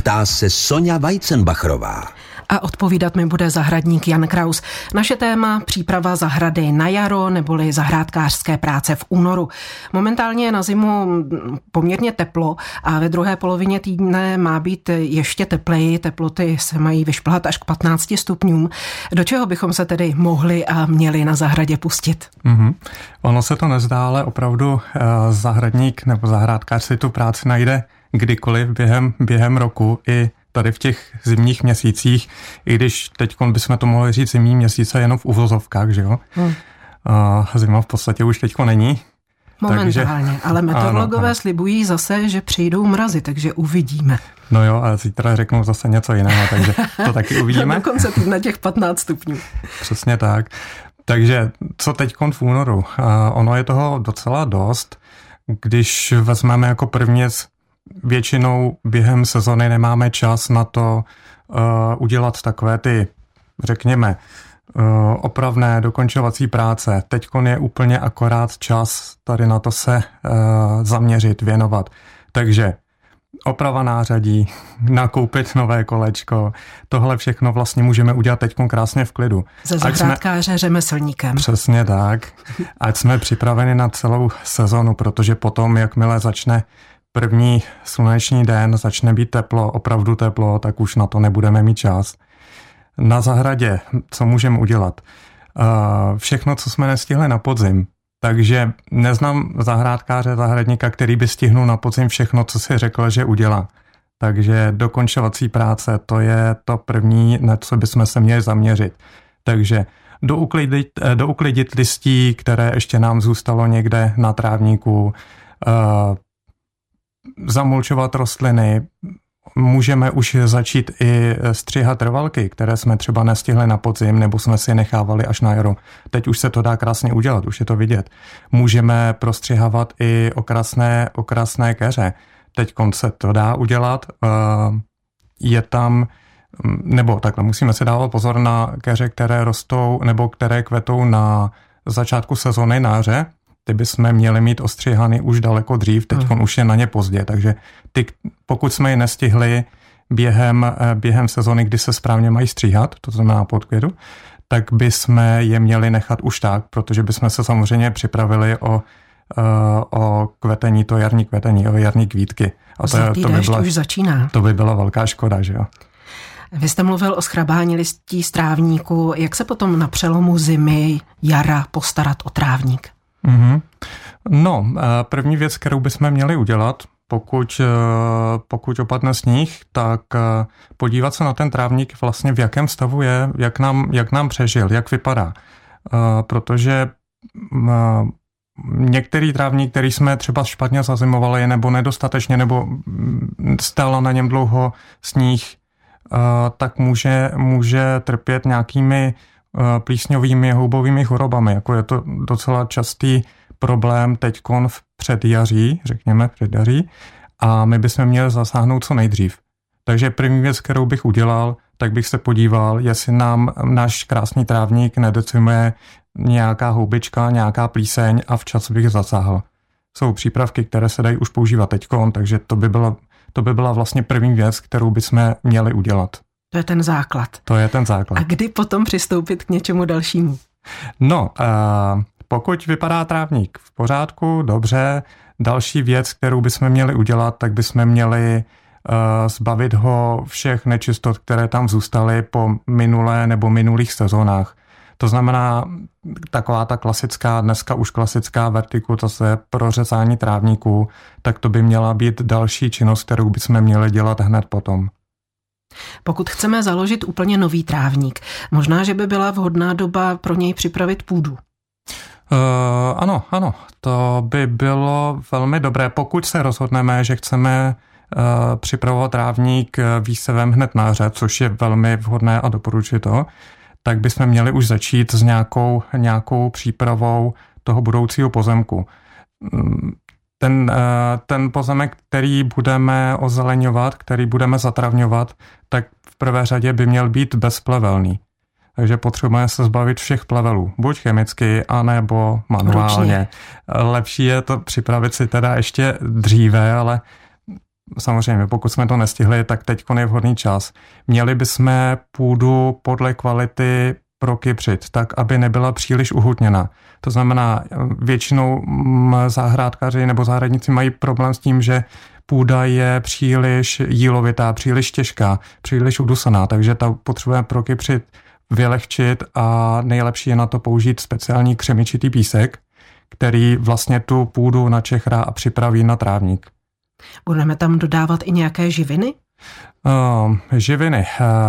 Ptá se Sonja Weizenbachrová. A odpovídat mi bude zahradník Jan Kraus. Naše téma příprava zahrady na jaro neboli zahrádkářské práce v únoru. Momentálně je na zimu poměrně teplo a ve druhé polovině týdne má být ještě tepleji. Teploty se mají vyšplhat až k 15 stupňům. Do čeho bychom se tedy mohli a měli na zahradě pustit? Ono se to nezdá, ale opravdu zahradník nebo zahrádkář si tu práci najde kdykoliv během roku i tady v těch zimních měsících, i když teď bychom to mohli říct zimní měsíce jenom v uvozovkách, že jo? Zima v podstatě už teďko není. Momentálně, ale meteorologové ano. Slibují zase, že přijdou mrazy, takže uvidíme. No jo, a zítra řeknou zase něco jiného, takže to taky uvidíme. Dokonce na těch 15 stupňů. Přesně tak. Takže co teďkon v únoru? Ono je toho docela dost. Když vezmeme jako první většinou během sezony nemáme čas na to udělat takové ty, řekněme, opravné dokončovací práce. Teďkon je úplně akorát čas tady na to se zaměřit, věnovat. Takže oprava nářadí, nakoupit nové kolečko, tohle všechno vlastně můžeme udělat teďkon krásně v klidu. Ze zahrádkáře řemeslníkem. Přesně tak. Ať jsme připraveni na celou sezonu, protože potom, jakmile začne první sluneční den, začne být teplo, opravdu teplo, tak už na to nebudeme mít čas. Na zahradě, co můžeme udělat? Všechno, co jsme nestihli na podzim. Takže neznám zahrádkáře, zahradníka, který by stihnul na podzim všechno, co si řekl, že udělá. Takže dokončovací práce, to je to první, na co bychom se měli zaměřit. Takže douklidit listí, které ještě nám zůstalo někde na trávníku, zamulčovat rostliny, můžeme už začít i stříhat trvalky, které jsme třeba nestihli na podzim, nebo jsme si nechávali až na jaro. Teď už se to dá krásně udělat, už je to vidět. Můžeme prostřihávat i okrasné keře. Teď se to dá udělat. Je tam, nebo takhle, musíme si dávat pozor na keře, které rostou, nebo které kvetou na začátku sezóny na jaře. Ty bychom měli mít ostříhany už daleko dřív, teď už je na ně pozdě, takže pokud jsme je nestihli během sezony, kdy se správně mají stříhat, to znamená pod květu, tak bychom je měli nechat už tak, protože bychom se samozřejmě připravili o kvetení, to jarní kvetení, o jarní kvítky. A to by byla, už začíná. To by byla velká škoda, že jo. Vy jste mluvil o schrabání listí z trávníku. Jak se potom na přelomu zimy, jara postarat o trávník? No, první věc, kterou bychom měli udělat, pokud opadne sníh, tak podívat se na ten trávník vlastně v jakém stavu je, jak nám přežil, jak vypadá. Protože některý trávník, který jsme třeba špatně zazimovali, nebo nedostatečně, nebo stála na něm dlouho sníh, tak může trpět nějakými plísňovými houbovými chorobami. Jako je to docela častý problém teďkon v předjaří, řekněme předjaří, a my bychom měli zasáhnout co nejdřív. Takže první věc, kterou bych udělal, tak bych se podíval, jestli nám náš krásný trávník nedecimuje nějaká houbička, nějaká plíseň a včas bych zasáhl. Jsou přípravky, které se dají už používat teďkon, takže to by byla vlastně první věc, kterou bychom měli udělat. To je ten základ. To je ten základ. A kdy potom přistoupit k něčemu dalšímu? No, pokud vypadá trávník v pořádku, dobře, další věc, kterou bychom měli udělat, tak bychom měli zbavit ho všech nečistot, které tam zůstaly po minulé nebo minulých sezónách. To znamená taková ta klasická, dneska už klasická vertikulace, prořezání trávníků, tak to by měla být další činnost, kterou bychom měli dělat hned potom. Pokud chceme založit úplně nový trávník, možná, že by byla vhodná doba pro něj připravit půdu. Ano, to by bylo velmi dobré. Pokud se rozhodneme, že chceme připravovat trávník výsevem hned na jaře, což je velmi vhodné a doporučuji to, tak bychom měli už začít s nějakou přípravou toho budoucího pozemku. Ten pozemek, který budeme ozeleňovat, který budeme zatravňovat, tak v prvé řadě by měl být bezplevelný. Takže potřebujeme se zbavit všech plevelů, buď chemicky, anebo manuálně. Lepší je to připravit si teda ještě dříve, ale samozřejmě, pokud jsme to nestihli, tak teď je vhodný čas. Měli bychom půdu podle kvality prokypřit, tak aby nebyla příliš uhutněna. To znamená, většinou zahrádkáři nebo zahradníci mají problém s tím, že půda je příliš jílovitá, příliš těžká, příliš udusaná, takže ta potřebujeme prokypřit, vylehčit a nejlepší je na to použít speciální křemičitý písek, který vlastně tu půdu načechrá a připraví na trávník. Budeme tam dodávat i nějaké živiny? Živiny.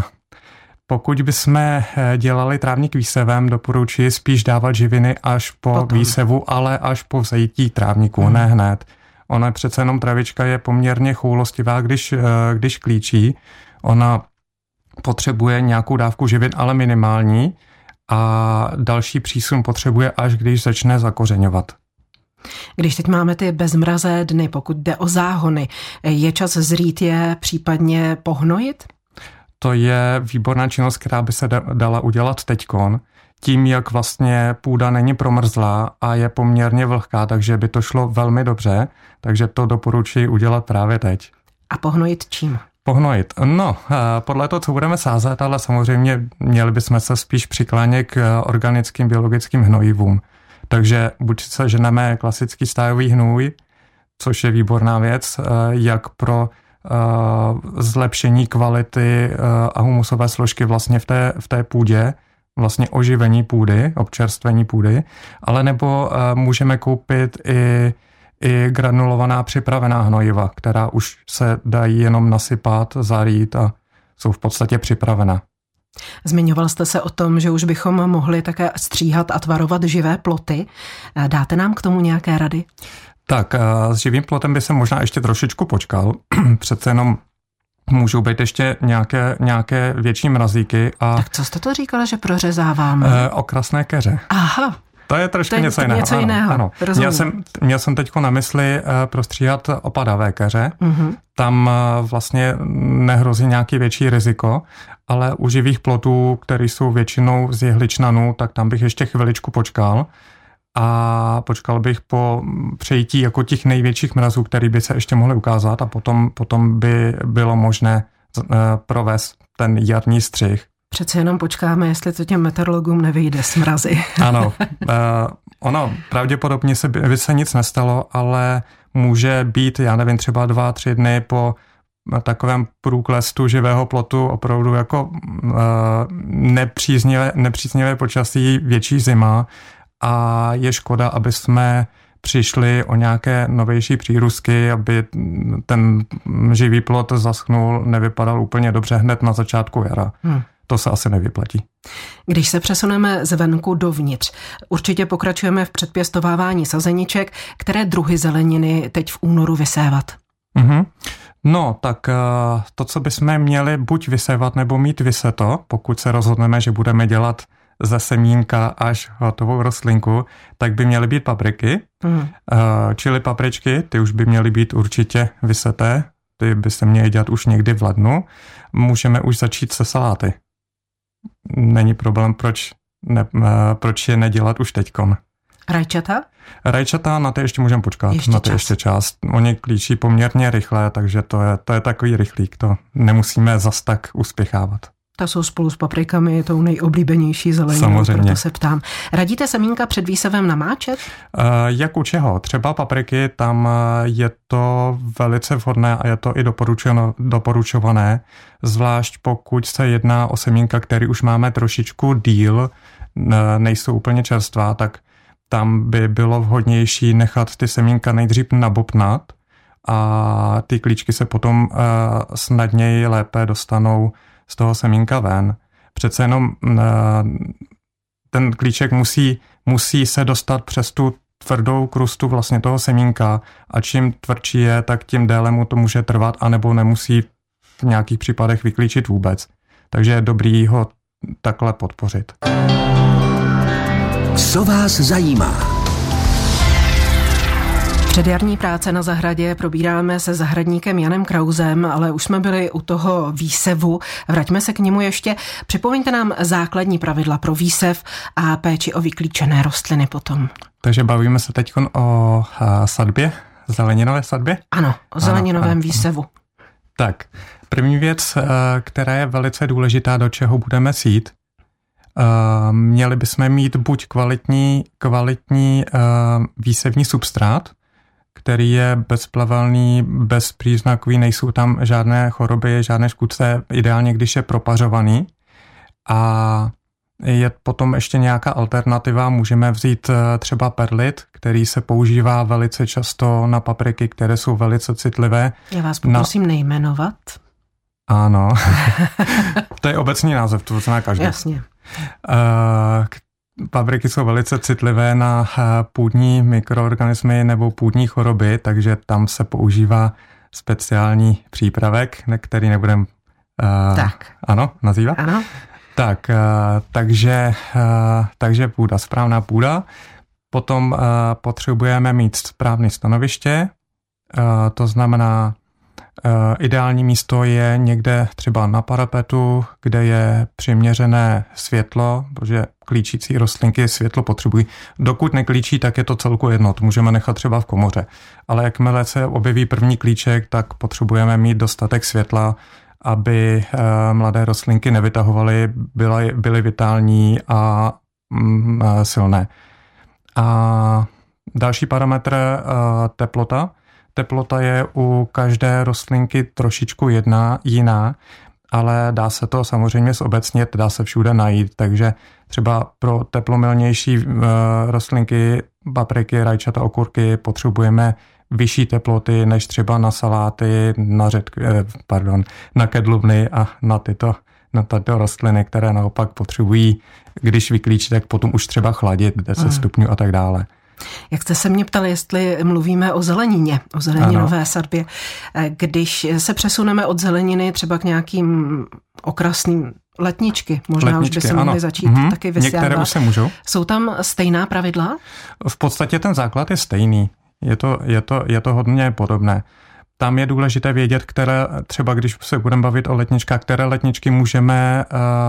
Pokud bychom dělali trávník výsevem, doporučuji spíš dávat živiny až po výsevu, ale až po vzejití trávníku, ne hned. Ona přece jenom travička je poměrně choulostivá, když klíčí. Ona potřebuje nějakou dávku živin, ale minimální, a další přísun potřebuje, až když začne zakořeňovat. Když teď máme ty bezmrazé dny, pokud jde o záhony, je čas zrít je, případně pohnojit? To je výborná činnost, která by se dala udělat teďkon. Tím, jak vlastně půda není promrzlá a je poměrně vlhká, takže by to šlo velmi dobře, takže to doporučuji udělat právě teď. A pohnojit čím? Pohnojit. No, podle toho, co budeme sázet, ale samozřejmě měli bychom se spíš přiklánět k organickým biologickým hnojivům. Takže buď seženeme klasický stájový hnůj, což je výborná věc, jak pro zlepšení kvality a humusové složky vlastně v té půdě, vlastně oživení půdy, občerstvení půdy, ale nebo můžeme koupit i granulovaná připravená hnojiva, která už se dají jenom nasypat, zarít a jsou v podstatě připravena. Zmiňoval jste se o tom, že už bychom mohli také stříhat a tvarovat živé ploty. Dáte nám k tomu nějaké rady? Tak s živým plotem by se možná ještě trošičku počkal. Přece jenom můžou být ještě nějaké větší mrazíky. Tak co jste to říkala, že prořezáváme? Okrasné keře. Aha. To je trošku něco jiného. Něco jiného. Ano. Měl jsem teď na mysli prostříhat opadavé keře. Mm-hmm. Tam vlastně nehrozí nějaký větší riziko, ale u živých plotů, které jsou většinou z jehličnanů, tak tam bych ještě chviličku počkal. A počkal bych po přejítí jako těch největších mrazů, který by se ještě mohly ukázat, a potom by bylo možné provést ten jarní střih. Přece jenom počkáme, jestli to těm meteorologům nevyjde s mrazy. Ano, ono pravděpodobně by se nic nestalo, ale může být, já nevím, třeba 2-3 dny po takovém průklestu živého plotu opravdu jako nepříznivé počasí, větší zima, a je škoda, aby jsme přišli o nějaké novější přírůstky, aby ten živý plot zaschnul, nevypadal úplně dobře hned na začátku jara. To se asi nevyplatí. Když se přesuneme zvenku dovnitř, určitě pokračujeme v předpěstovávání sazeniček. Které druhy zeleniny teď v únoru vysévat? Mm-hmm. No, tak to, co bychom měli buď vysévat nebo mít vyseto, pokud se rozhodneme, že budeme dělat ze semínka až hotovou rostlinku, tak by měly být papriky. Čili papričky, ty už by měly být určitě vyseté, ty by se měly dělat už někdy v lednu. Můžeme už začít se saláty. Není problém, proč je nedělat už teďkon. Rajčata? Rajčata, na ty ještě můžeme počkat, ještě čas. Oni klíčí poměrně rychle, takže to je takový rychlík, to nemusíme zas tak uspěchávat. Ta jsou spolu s paprikami tou nejoblíbenější zeleninou, samozřejmě. Proto se ptám. Radíte semínka před výsevem namáčet? Jak u čeho? Třeba papriky, tam je to velice vhodné a je to i doporučované, zvlášť pokud se jedná o semínka, který už máme trošičku díl, nejsou úplně čerstvá, tak tam by bylo vhodnější nechat ty semínka nejdřív nabobtnat a ty klíčky se potom snadněji lépe dostanou z toho semínka ven. Přece jenom ten klíček musí se dostat přes tu tvrdou krustu vlastně toho semínka, a čím tvrdší je, tak tím déle mu to může trvat, anebo nemusí v nějakých případech vyklíčit vůbec. Takže je dobrý ho takhle podpořit. Co vás zajímá? Předjarní práce na zahradě probíráme se zahradníkem Janem Krausem, ale už jsme byli u toho výsevu. Vraťme se k němu ještě. Připomeňte nám základní pravidla pro výsev a péči o vyklíčené rostliny potom. Takže bavíme se teď o sadbě zeleninové sadbě? Ano, o zeleninovém výsevu. Tak, první věc, která je velice důležitá, do čeho budeme sít, měli bychom mít buď kvalitní výsevní substrát, který je bezplavelný, bezpříznakový, nejsou tam žádné choroby, žádné škůdce, ideálně, když je propařovaný. A je potom ještě nějaká alternativa, můžeme vzít třeba perlit, který se používá velice často na papriky, které jsou velice citlivé. Já vás poprosím nejmenovat. Ano, to je obecný název, to zná každý. Jasně. Papriky jsou velice citlivé na půdní mikroorganismy nebo půdní choroby, takže tam se používá speciální přípravek, který nebudem nazývat. Ano. Tak, takže půda, správná půda. Potom potřebujeme mít správné stanoviště, to znamená, ideální místo je někde třeba na parapetu, kde je přiměřené světlo, protože klíčící rostlinky světlo potřebují. Dokud neklíčí, tak je to celku jedno, to můžeme nechat třeba v komoře. Ale jakmile se objeví první klíček, tak potřebujeme mít dostatek světla, aby mladé rostlinky nevytahovaly, byly vitální a silné. A další parametr teplota. Teplota je u každé rostlinky trošičku jiná, ale dá se to samozřejmě zobecnit, dá se všude najít, takže třeba pro teplomilnější rostlinky, papriky, rajčata, okurky potřebujeme vyšší teploty než třeba na saláty, na kedlubny a na tyto rostliny, které naopak potřebují, když vyklíčí, tak potom už třeba chladit 10 stupňů a tak dále. Jak jste se mě ptali, jestli mluvíme o zelenině, o zeleninové sadbě. Když se přesuneme od zeleniny třeba k nějakým okrasným letničky, možná už by se mohly začít taky vysjávat. Některé už se můžou. Jsou tam stejná pravidla? V podstatě ten základ je stejný. Je to hodně podobné. Tam je důležité vědět, které, třeba když se budeme bavit o letničkách, které letničky můžeme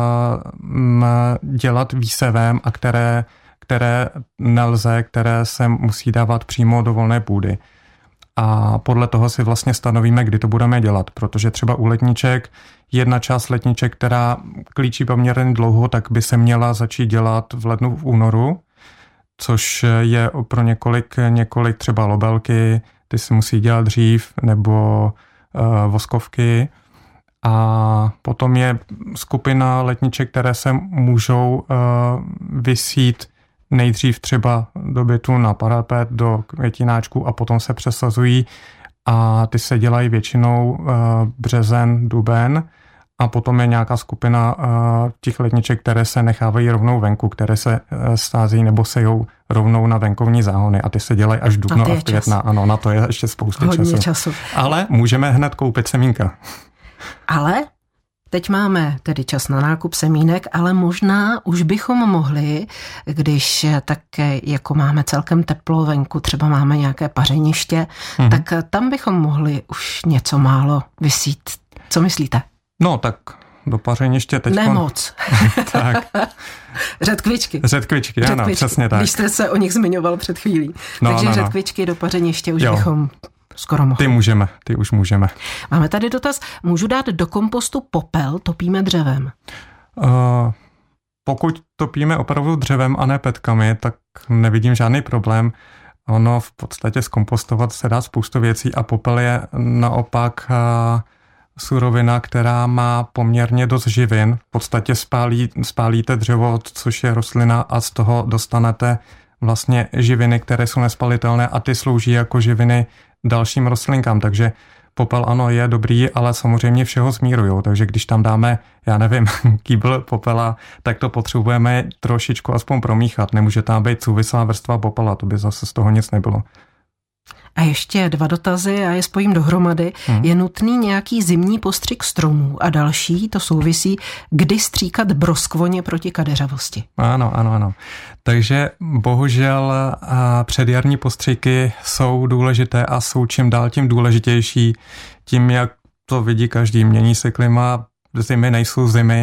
dělat výsevem a které nelze, které se musí dávat přímo do volné půdy. A podle toho si vlastně stanovíme, kdy to budeme dělat, protože třeba u letniček, jedna část letniček, která klíčí poměrně dlouho, tak by se měla začít dělat v lednu, v únoru, což je pro několik třeba lobelky, ty se musí dělat dřív, nebo voskovky. A potom je skupina letniček, které se můžou vysít nejdřív třeba do bytu na parapet, do květináčku a potom se přesazují a ty se dělají většinou březen, duben a potom je nějaká skupina těch letniček, které se nechávají rovnou venku, které se stází nebo sejou rovnou na venkovní záhony a ty se dělají až dubno a května. Ano, na to je ještě spoustu času. Ale můžeme hned koupit semínka. Ale teď máme tedy čas na nákup semínek, ale možná už bychom mohli, když tak jako máme celkem teplo venku, třeba máme nějaké pařeniště, tak tam bychom mohli už něco málo vysít. Co myslíte? No tak do pařeniště teď... Nemoc. Tak. Řetkvičky, ano, přesně tak. Když jste se o nich zmiňoval před chvílí. Takže řetkvičky do pařeniště už bychom... skoro mohli. Ty už můžeme. Máme tady dotaz, můžu dát do kompostu popel, topíme dřevem? Pokud topíme opravdu dřevem a ne petkami, tak nevidím žádný problém. Ono v podstatě zkompostovat se dá spoustu věcí a popel je naopak surovina, která má poměrně dost živin. V podstatě spálíte dřevo, což je rostlina a z toho dostanete vlastně živiny, které jsou nespalitelné a ty slouží jako živiny dalším rostlinkám, takže popel ano je dobrý, ale samozřejmě všeho smírujou, takže když tam dáme, já nevím, kýbl popela, tak to potřebujeme trošičku aspoň promíchat, nemůže tam být souvislá vrstva popela, to by zase z toho nic nebylo. A ještě 2 dotazy, já je spojím dohromady. Je nutný nějaký zimní postřik stromů a další, to souvisí, kdy stříkat broskvoně proti kadeřavosti? Ano. Takže bohužel předjarní postřiky jsou důležité a jsou čím dál tím důležitější. Tím, jak to vidí každý, mění se klima, zimy nejsou zimy,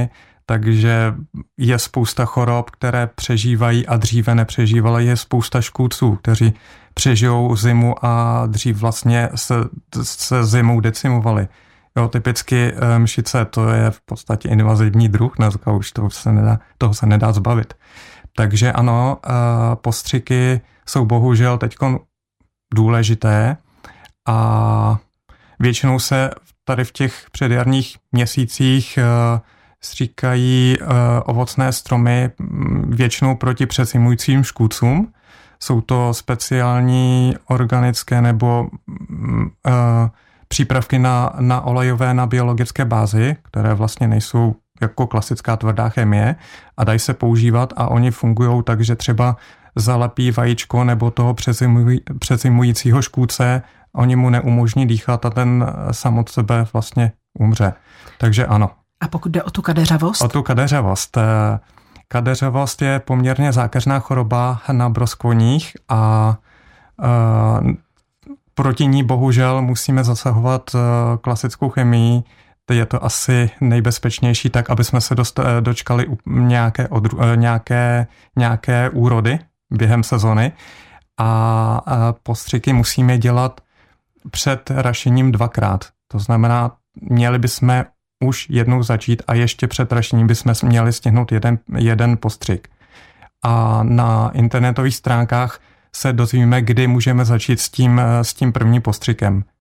Takže je spousta chorob, které přežívají a dříve nepřežívaly. Je spousta škůdců, kteří přežijou zimu a dřív vlastně se zimou decimovali. Jo, typicky mšice, to je v podstatě invazivní druh, dneska už toho se nedá zbavit. Takže ano, postřiky jsou bohužel teď důležité a většinou se tady v těch předjarních měsících stříkají ovocné stromy většinou proti přezimujícím škůdcům. Jsou to speciální organické nebo přípravky na olejové, na biologické bázi, které vlastně nejsou jako klasická tvrdá chemie a dají se používat a oni fungují tak, že třeba zalepí vajíčko nebo toho přezimujícího škůdce, oni mu neumožní dýchat a ten sám od sebe vlastně umře. Takže ano. A pokud jde o tu kadeřavost? O tu kadeřavost. Kadeřavost je poměrně zákeřná choroba na broskvoních a proti ní bohužel musíme zasahovat klasickou chemií. Je to asi nejbezpečnější, tak aby jsme se dočkali nějaké úrody během sezony. A postřiky musíme dělat před rašením 2krát. To znamená, měli bychom už jednou začít a ještě před rašením bychom měli stihnout jeden postřik. A na internetových stránkách se dozvíme, kdy můžeme začít s tím prvním postřikem.